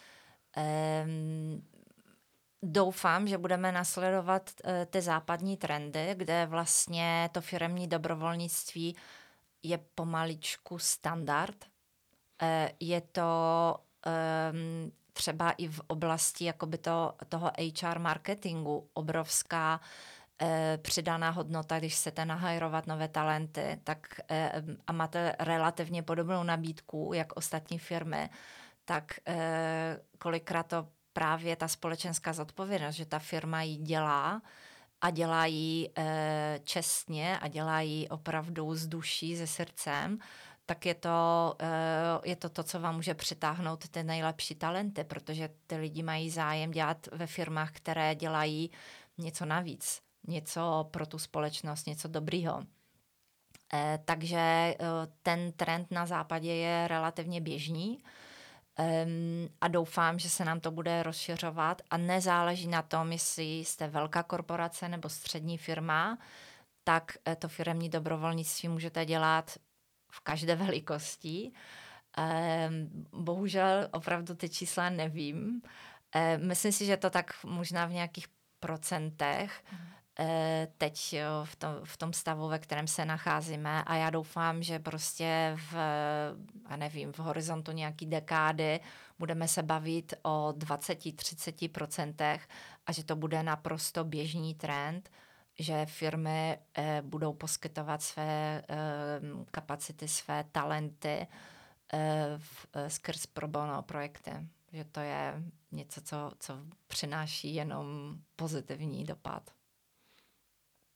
Ehm, doufám, že budeme nasledovat e, ty západní trendy, kde vlastně to firemní dobrovolnictví je pomaličku standard. E, je to Um, třeba i v oblasti jakoby to, toho H R marketingu obrovská uh, přidaná hodnota, když chcete nahajrovat nové talenty, tak uh, a máte relativně podobnou nabídku jak ostatní firmy, tak uh, kolikrát to právě ta společenská zodpovědnost, že ta firma ji dělá a dělá ji uh, čestně a dělá ji opravdu z duší, se srdcem, tak je to, je to to, co vám může přitáhnout ty nejlepší talenty, protože ty lidi mají zájem dělat ve firmách, které dělají něco navíc, něco pro tu společnost, něco dobrýho. Takže ten trend na západě je relativně běžný a doufám, že se nám to bude rozšiřovat a nezáleží na tom, jestli jste velká korporace nebo střední firma, tak to firemní dobrovolnictví můžete dělat v každé velikosti. Ehm, bohužel opravdu ty čísla nevím. Ehm, myslím si, že to tak možná v nějakých procentech ehm, teď jo, v, tom, v tom stavu, ve kterém se nacházíme a já doufám, že prostě v, a nevím, v horizontu nějaký dekády budeme se bavit o dvacet až třicet procentech a že to bude naprosto běžný trend, že firmy eh, budou poskytovat své eh, kapacity, své talenty eh, v, eh, skrz pro bono projekty. Že to je něco, co, co přináší jenom pozitivní dopad.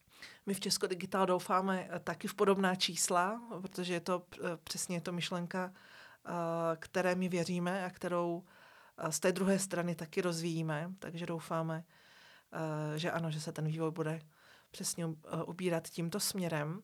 My v Česko Digital doufáme taky v podobná čísla, protože je to přesně to myšlenka, které my věříme a kterou z té druhé strany taky rozvíjíme, takže doufáme, že ano, že se ten vývoj bude přesně ubírat tímto směrem.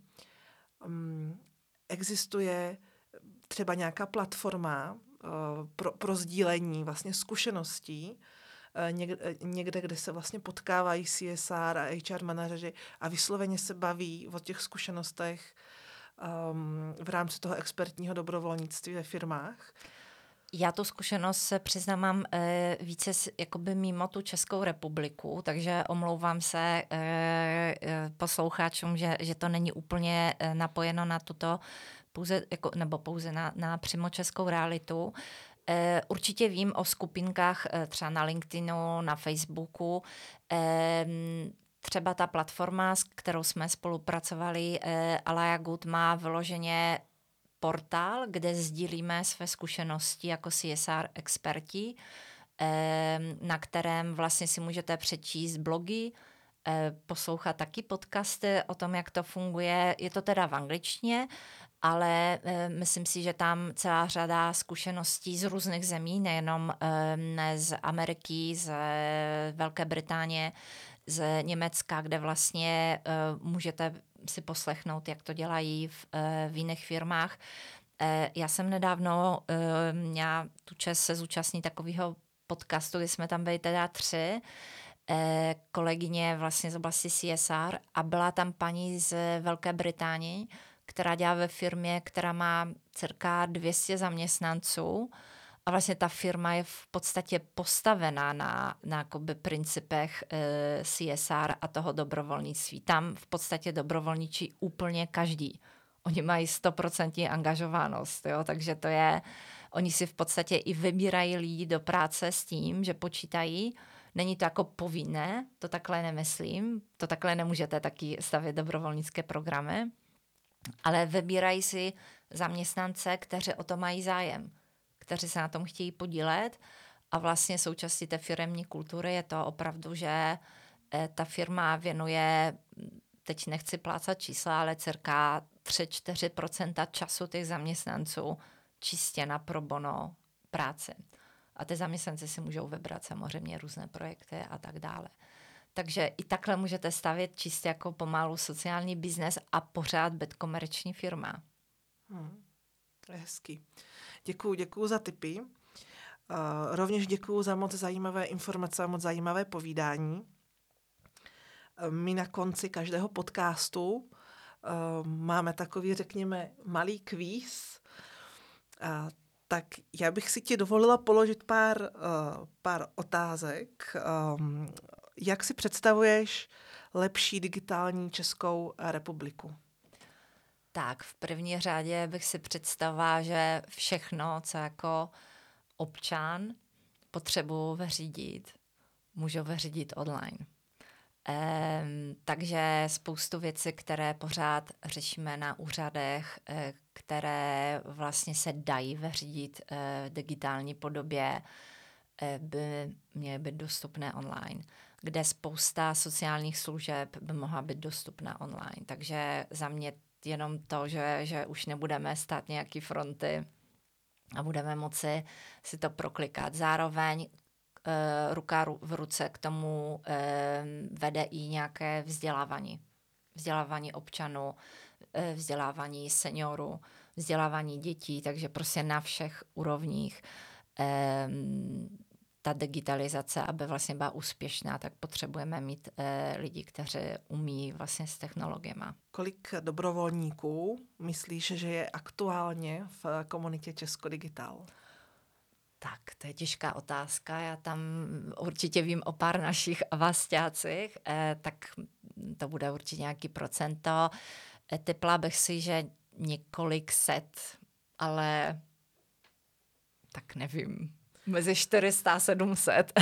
Existuje třeba nějaká platforma pro, pro sdílení vlastně zkušeností, někde, někde, kde se vlastně potkávají C S R a H R manažeři a vysloveně se baví o těch zkušenostech um, v rámci toho expertního dobrovolnictví ve firmách? Já tu zkušenost se přiznám, mám e, více s, jakoby mimo tu Českou republiku, takže omlouvám se e, e, posluchačům, že, že to není úplně e, napojeno na tuto pouze, jako, nebo pouze na, na přímo českou realitu. E, určitě vím o skupinkách e, třeba na LinkedInu, na Facebooku. E, třeba ta platforma, s kterou jsme spolupracovali, e, Alaya Good, má vyloženě portál, kde sdílíme své zkušenosti jako C S R experti, na kterém vlastně si můžete přečíst blogy, poslouchat taky podcasty o tom, jak to funguje. Je to teda v angličtině, ale myslím si, že tam celá řada zkušeností z různých zemí, nejenom z Ameriky, z Velké Británie, z Německa, kde vlastně uh, můžete si poslechnout, jak to dělají v, uh, v jiných firmách. Uh, já jsem nedávno uh, měla tu čest se zúčastnit takového podcastu, kdy jsme tam byli teda tři uh, kolegyně vlastně z oblasti C S R a byla tam paní z Velké Británie, která dělá ve firmě, která má cirka dvě stě zaměstnanců. A vlastně ta firma je v podstatě postavená na, na jakoby principech e, C S R a toho dobrovolnictví. Tam v podstatě dobrovolničí úplně každý. Oni mají stoprocentní angažovanost, jo? Takže to je, oni si v podstatě i vybírají lidi do práce s tím, že počítají. Není to jako povinné, to takhle nemyslím, to takhle nemůžete taky stavět dobrovolnické programy, ale vybírají si zaměstnance, kteří o to mají zájem, kteří se na tom chtějí podílet a vlastně součástí té firemní kultury je to opravdu, že ta firma věnuje, teď nechci plácat čísla, ale cirka tři až čtyři procenta času těch zaměstnanců čistě na pro bono práci. A ty zaměstnanci si můžou vybrat samozřejmě různé projekty a tak dále. Takže i takhle můžete stavět čistě jako pomalu sociální biznes a pořád být komerční firma. Hmm, to je hezký. Děkuju, děkuju za tipy. Uh, rovněž děkuju za moc zajímavé informace a moc zajímavé povídání. Uh, my na konci každého podcastu uh, máme takový, řekněme, malý kvíz. Uh, tak já bych si ti dovolila položit pár, uh, pár otázek. Um, jak si představuješ lepší digitální Českou republiku? Tak v první řadě bych si představila, že všechno, co jako občan potřebuji vyřídit, můžu vyřídit online. Ehm, takže spoustu věcí, které pořád řešíme na úřadech, e, které vlastně se dají vyřídit e, v digitální podobě, e, by měly být dostupné online, kde spousta sociálních služeb by mohla být dostupná online. Takže za mě jenom to, že, že už nebudeme stát nějaký fronty a budeme moci si to proklikat. Zároveň e, ruka v ruce k tomu e, vede i nějaké vzdělávání. Vzdělávání občanů, e, vzdělávání seniorů, vzdělávání dětí, takže prostě na všech úrovních e, ta digitalizace, aby vlastně byla úspěšná, tak potřebujeme mít e, lidi, kteří umí vlastně s technologiemi. Kolik dobrovolníků myslíš, že je aktuálně v komunitě Česko Digital? Tak, to je těžká otázka. Já tam určitě vím o pár našich avasťácích, e, tak to bude určitě nějaký procento. E, typla bych si, že několik set, ale tak nevím. Mezi čtyři sta a sedm set.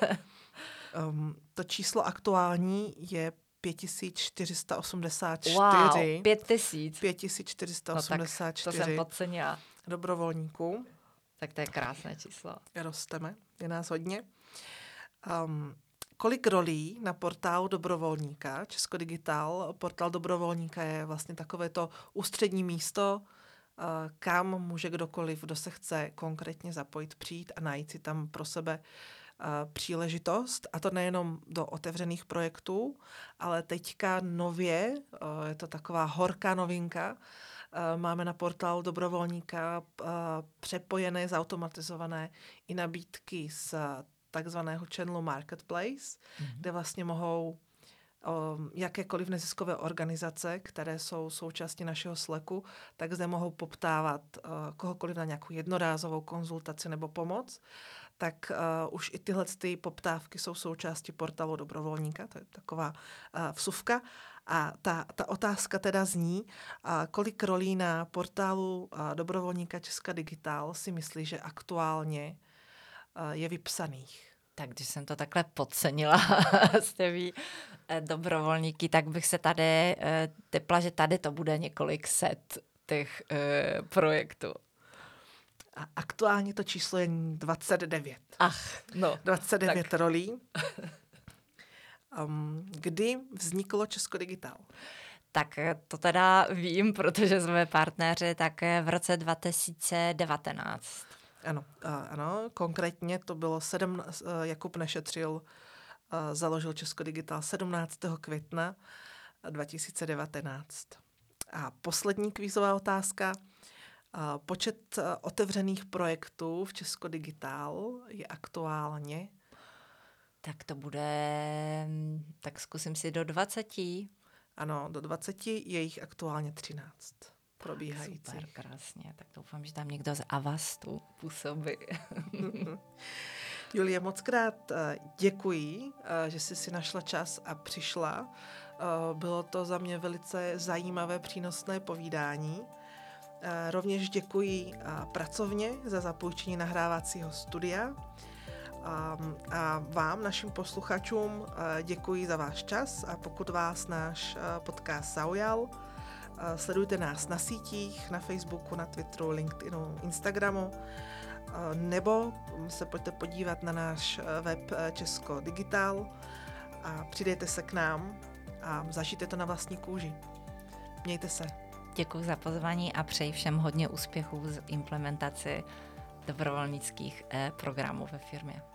um, to číslo aktuální je pět tisíc čtyři sta osmdesát čtyři. Wow, pět tisíc. pět tisíc čtyři sta osmdesát čtyři. No tak to jsem podcenila. Dobrovolníků. Tak to je krásné číslo. Rosteme, je nás hodně. Um, kolik rolí na portálu dobrovolníka Česko Digital. Portál dobrovolníka je vlastně takové to ústřední místo, kam může kdokoliv, kdo se chce konkrétně zapojit, přijít a najít si tam pro sebe příležitost. A to nejenom do otevřených projektů, ale teďka nově, je to taková horká novinka, máme na portálu dobrovolníka přepojené, zautomatizované i nabídky z takzvaného channelu Marketplace, mm-hmm. kde vlastně mohou um, jakékoliv neziskové organizace, které jsou součástí našeho Slacku, tak zde mohou poptávat uh, kohokoliv na nějakou jednorázovou konzultaci nebo pomoc. Tak uh, už i tyhle ty poptávky jsou součástí portálu dobrovolníka, to je taková uh, vsuvka. A ta, ta otázka teda zní, uh, kolik rolí na portálu uh, dobrovolníka Česka Digital si myslí, že aktuálně je vypsaných. Tak když jsem to takhle podcenila jste ví dobrovolníky, tak bych se tady tepla, že tady to bude několik set těch uh, projektů. A aktuálně to číslo je dvacet devět. Ach, no. dvacet devět tak. Rolí. Um, kdy vzniklo Česko Digital? Tak to teda vím, protože jsme partneři, tak v roce dva tisíce devatenáct. Ano, ano, konkrétně to bylo sedm, Jakub Nešetřil založil Česko Digital sedmnáctého května dva tisíce devatenáct. A poslední kvízová otázka. Počet otevřených projektů v Česko Digital je aktuálně? Tak to bude, tak zkusím si do dvaceti. Ano, do dvaceti je jich aktuálně třináct. Probíhající. Super, krásně. Tak doufám, že tam někdo z Avastu působí. Julie, moc krát děkuji, že jsi si našla čas a přišla. Bylo to za mě velice zajímavé, přínosné povídání. Rovněž děkuji pracovně za zapůjčení nahrávacího studia. A vám, našim posluchačům, děkuji za váš čas a pokud vás náš podcast zaujal, sledujte nás na sítích, na Facebooku, na Twitteru, LinkedInu, Instagramu, nebo se pojďte podívat na náš web Česko Digital a přidejte se k nám a zažijte to na vlastní kůži. Mějte se. Děkuji za pozvání a přeji všem hodně úspěchů z implementaci dobrovolnických programů ve firmě.